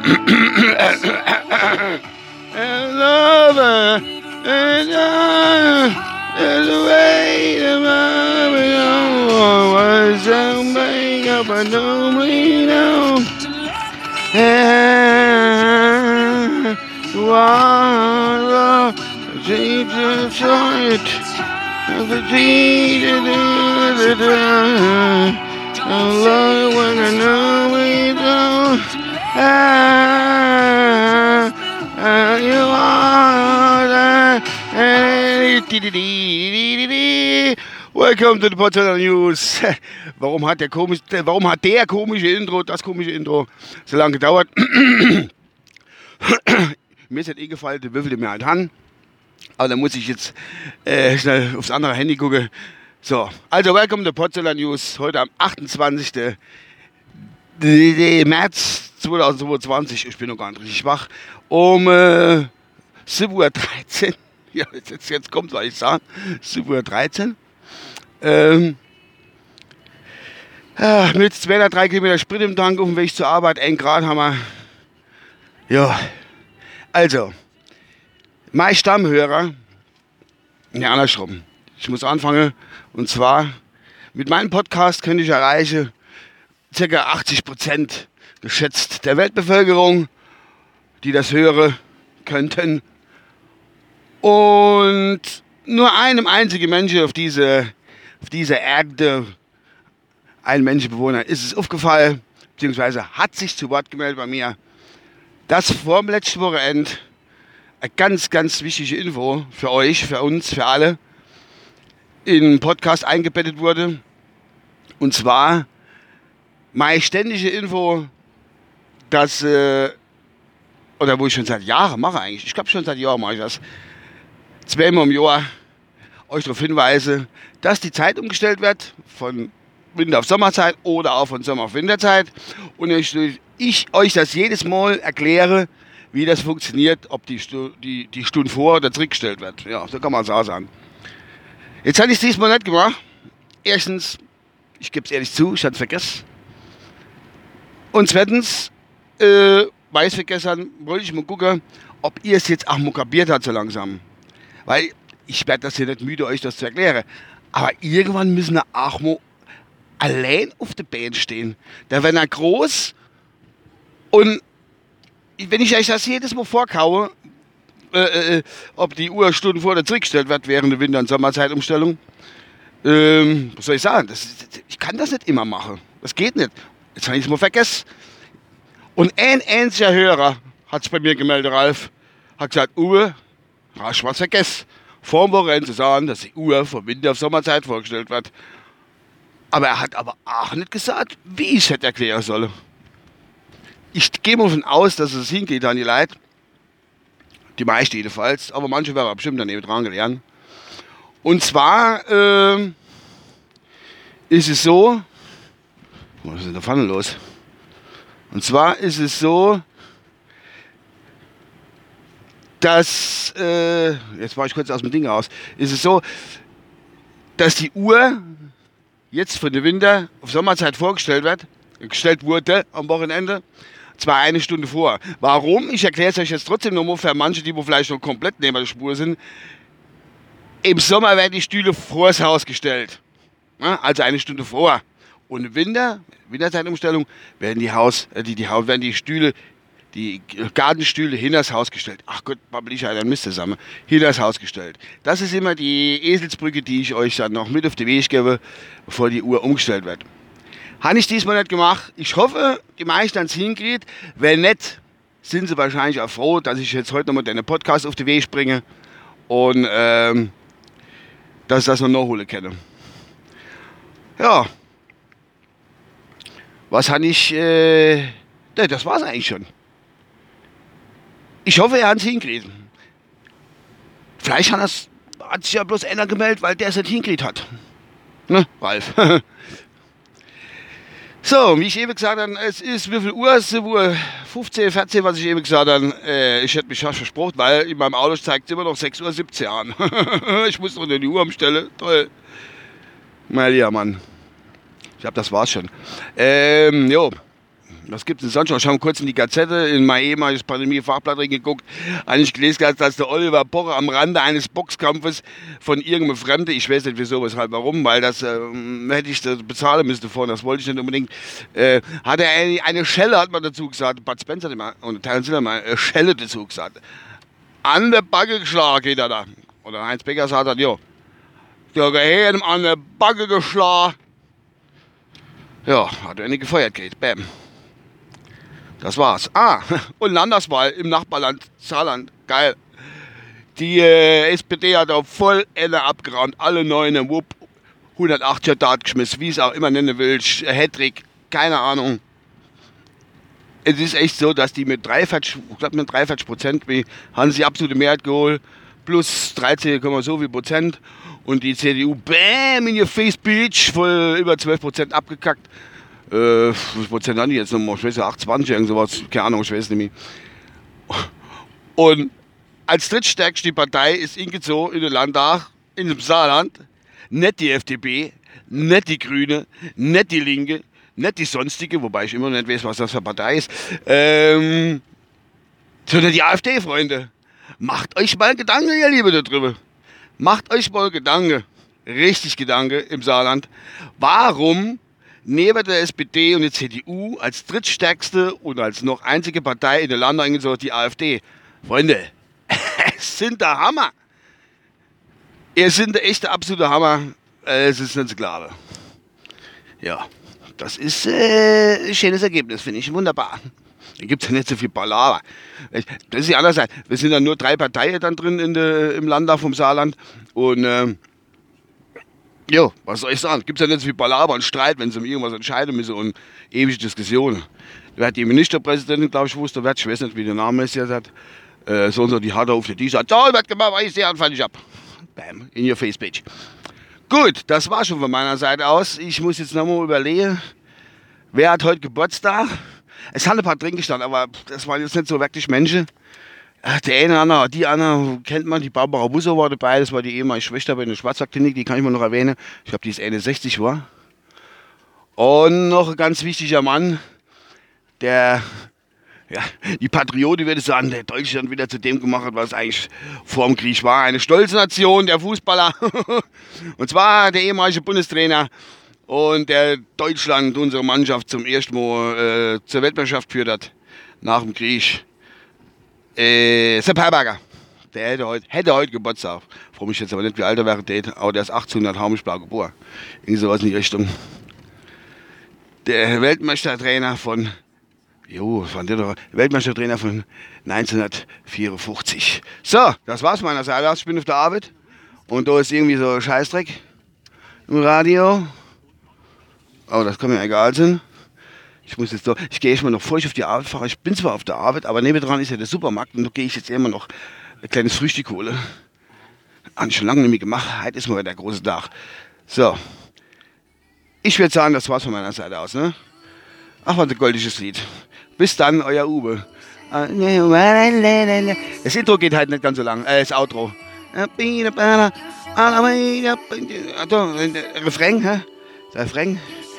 lover, there's a way to was make up a nobody know. The tea to I love when I know we don't. You are. Welcome to the Potsdamer News. Warum hat der komische Intro, das komische Intro so lange gedauert? Mir ist halt gefallen, der Würfel mir halt an. Aber da muss ich jetzt schnell aufs andere Handy gucken. So, also welcome to Potsdamer News. Heute am 28. März 2022. Ich bin noch gar nicht richtig wach. Um 7:13 Uhr. Ja, jetzt kommt, was ich sage. 7:13 Uhr. Mit 203 Kilometer Sprit im Tank auf dem Weg zur Arbeit. 1 Grad haben wir. Ja, also. Mein Stammhörer, ja, andersrum. Ich muss anfangen, und zwar mit meinem Podcast könnte ich erreichen ca. 80% geschätzt der Weltbevölkerung, die das hören könnten. Und nur einem einzigen Menschen auf dieser Erde, ein Menschenbewohner, ist es aufgefallen, beziehungsweise hat sich zu Wort gemeldet bei mir, dass vor dem letzten Wochenende eine ganz, ganz wichtige Info für euch, für uns, für alle in den Podcast eingebettet wurde. Und zwar meine ständige Info, dass, oder wo ich schon seit Jahren mache eigentlich, ich glaube schon seit Jahren mache ich das, 2-mal im Jahr euch darauf hinweise, dass die Zeit umgestellt wird von Winter auf Sommerzeit oder auch von Sommer auf Winterzeit. Und ich euch das jedes Mal erkläre, wie das funktioniert, ob die Stunde vor oder zurückgestellt wird. Ja, so kann man es auch sagen. Jetzt hatte ich es diesmal nicht gemacht. Erstens, ich gebe es ehrlich zu, ich hatte es vergessen. Und zweitens, weil ich es vergessen habe, wollte ich mal gucken, ob ihr es jetzt auch mal kapiert habt so langsam. Weil ich werde das hier nicht müde, euch das zu erklären. Aber irgendwann müssen wir auch mal allein auf der Band stehen. Da werden wir groß und wenn ich euch das jedes Mal vorkaue, ob die Uhr Stunden vor oder zurückgestellt wird während der Winter- und Sommerzeitumstellung, was soll ich sagen? Ich kann das nicht immer machen. Das geht nicht. Jetzt habe ich es mal vergessen. Und ein einziger Hörer hat sich bei mir gemeldet, Ralf, hat gesagt, Uwe, hast du was vergessen? Vor dem Wochenende zu sagen, dass die Uhr von Winter- auf Sommerzeit vorgestellt wird. Aber er hat aber auch nicht gesagt, wie ich es hätte erklären sollen. Ich gehe mal davon aus, dass es hingeht an die Leute. Die meisten jedenfalls. Aber manche werden bestimmt daneben dran gelernt. Und zwar ist es so. Was ist denn da vorne los? Und zwar ist es so, dass. Jetzt war ich kurz aus dem Ding raus. Ist es so, dass die Uhr jetzt von der Winter- auf Sommerzeit gestellt wurde am Wochenende. Zwar 1 Stunde vor. Warum? Ich erkläre es euch jetzt trotzdem nochmal für manche, die vielleicht noch komplett neben der Spur sind. Im Sommer werden die Stühle vor das Haus gestellt. Ja, also 1 Stunde vor. Und im Winterzeitumstellung, werden die Stühle, die Gartenstühle hinter das Haus gestellt. Ach Gott, babbel ich einen Mist zusammen. Hinter das Haus gestellt. Das ist immer die Eselsbrücke, die ich euch dann noch mit auf den Weg gebe, bevor die Uhr umgestellt wird. Habe ich diesmal nicht gemacht. Ich hoffe, die meisten haben es hinkriegt. Wenn nicht, sind sie wahrscheinlich auch froh, dass ich jetzt heute nochmal den Podcast auf den Weg bringe und dass ich das noch nachholen kann. Ja. Was habe ich... das war es eigentlich schon. Ich hoffe, er hat es hinkriegt. Vielleicht hat sich ja bloß einer gemeldet, weil der es nicht hinkriegt hat. Ne, Ralf? So, wie ich eben gesagt habe, es ist wie viel Uhr? 7 Uhr 15, 14, was ich eben gesagt habe. Ich hätte mich fast versprochen, weil in meinem Auto zeigt es immer noch 6:17 Uhr an. Ich muss noch die Uhr umstellen. Toll. Mein lieber Mann. Ich glaube, das war's schon. Jo. Was gibt es denn sonst noch? Ich habe kurz in die Gazette, in mein ehemaliges Pandemie-Fachblatt reingeguckt. Eigentlich gelesen, dass der Oliver Pocher am Rande eines Boxkampfes von irgendeinem Fremden, ich weiß nicht wieso, weshalb, warum, weil das hätte ich das bezahlen müssen vorhin, das wollte ich nicht unbedingt, hat er eine Schelle, hat man dazu gesagt, Bud Spencer hat immer, und Terence Hill hat mal eine Schelle dazu gesagt. An der Backe geschlagen geht er da. Oder Heinz Becker sagt dann, jo, der Gehirn an der Backe geschlagen. Ja, hat er nicht gefeuert geht, bam. Das war's. Und Landtagswahl im Nachbarland Saarland. Geil. Die SPD hat auf voll Ende abgeräumt. Alle Neuen, wupp, 180er Dart geschmissen, wie es auch immer nennen willst. Hattrick, keine Ahnung. Es ist echt so, dass die mit 43%, haben sie absolute Mehrheit geholt. Plus 13, so viel Prozent. Und die CDU, bam, in ihr Face Beach, voll über 12% abgekackt. Wie viel Prozent haben die jetzt nochmal? Ich weiß ja, 28, irgend sowas. Keine Ahnung, ich weiß nicht mehr. Und als drittstärkste Partei ist eingezogen in den Landtag, in dem Saarland, nicht die FDP, nicht die Grüne, nicht die Linke, nicht die sonstige, wobei ich immer noch nicht weiß, was das für eine Partei ist, sondern die AfD, Freunde. Macht euch mal Gedanken, ihr Liebe da drüber. Macht euch mal Gedanken, richtig Gedanke im Saarland, warum neben der SPD und der CDU als drittstärkste und als noch einzige Partei in der Landtag die AfD. Freunde, es sind der Hammer. Es sind der echte absolute Hammer. Es ist nicht zu glauben. Ja, das ist ein schönes Ergebnis, finde ich wunderbar. Da gibt es ja nicht so viel Palaver. Das ist die andere Seite. Wir sind dann nur 3 Parteien dann drin im Landtag vom Saarland. Und jo, was soll ich sagen? Gibt es ja nicht so viel Palaver und Streit, wenn sie um irgendwas entscheiden müssen und ewige Diskussionen. Da hat die Ministerpräsidentin, glaube ich, wusste, ich weiß nicht, wie der Name ist, jetzt hat, so und so, die hat auf die sagt, so, wird gemacht, weil ich sehe, fand ich ab. Bam, in your face, bitch. Gut, das war schon von meiner Seite aus. Ich muss jetzt nochmal überlegen, wer hat heute Geburtstag? Es hat ein paar drin gestanden, aber das waren jetzt nicht so wirklich Menschen. Der eine Anna, die Anna kennt man, die Barbara Busser war dabei, das war die ehemalige Schwester bei der Schwarzwaldklinik, die kann ich mal noch erwähnen. Ich glaube, die ist 61 war. Und noch ein ganz wichtiger Mann, der, ja, die Patrioten würde sagen, der Deutschland wieder zu dem gemacht hat, was eigentlich vor dem Krieg war. Eine stolze Nation, der Fußballer. Und zwar der ehemalige Bundestrainer und der Deutschland, unsere Mannschaft, zum ersten Mal zur Weltmeisterschaft geführt hat, nach dem Krieg. Sepp Herberger, der hätte heute Geburtstag. Ich freue mich jetzt aber nicht, wie alt er wäre, aber der ist 1800 Haumischblau geboren. Irgendwie sowas in die Richtung. Der Weltmeistertrainer von, Weltmeistertrainer von 1954. So, das war's meiner Seite. Ich bin auf der Arbeit und da ist irgendwie so Scheißdreck im Radio. Aber das kann mir egal sein. Ich gehe jetzt mal noch vor, ich auf die Arbeit fahre. Ich bin zwar auf der Arbeit, aber nebendran ist ja der Supermarkt und da gehe ich jetzt immer noch ein kleines Frühstück holen. Habe ich schon lange nicht mehr gemacht. Heute ist mal wieder der große Tag. So. Ich würde sagen, das war's von meiner Seite aus, ne? Ach, was ein goldiges Lied. Bis dann, euer Uwe. Das Intro geht halt nicht ganz so lang. Das Outro. Refrain, hä? Refrain.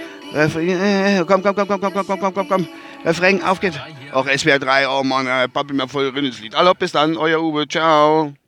Komm. Refrain, auf geht's. Auch SWR 3, oh Mann, pappel mir voll drin das Lied. Hallo, bis dann, euer Uwe, ciao.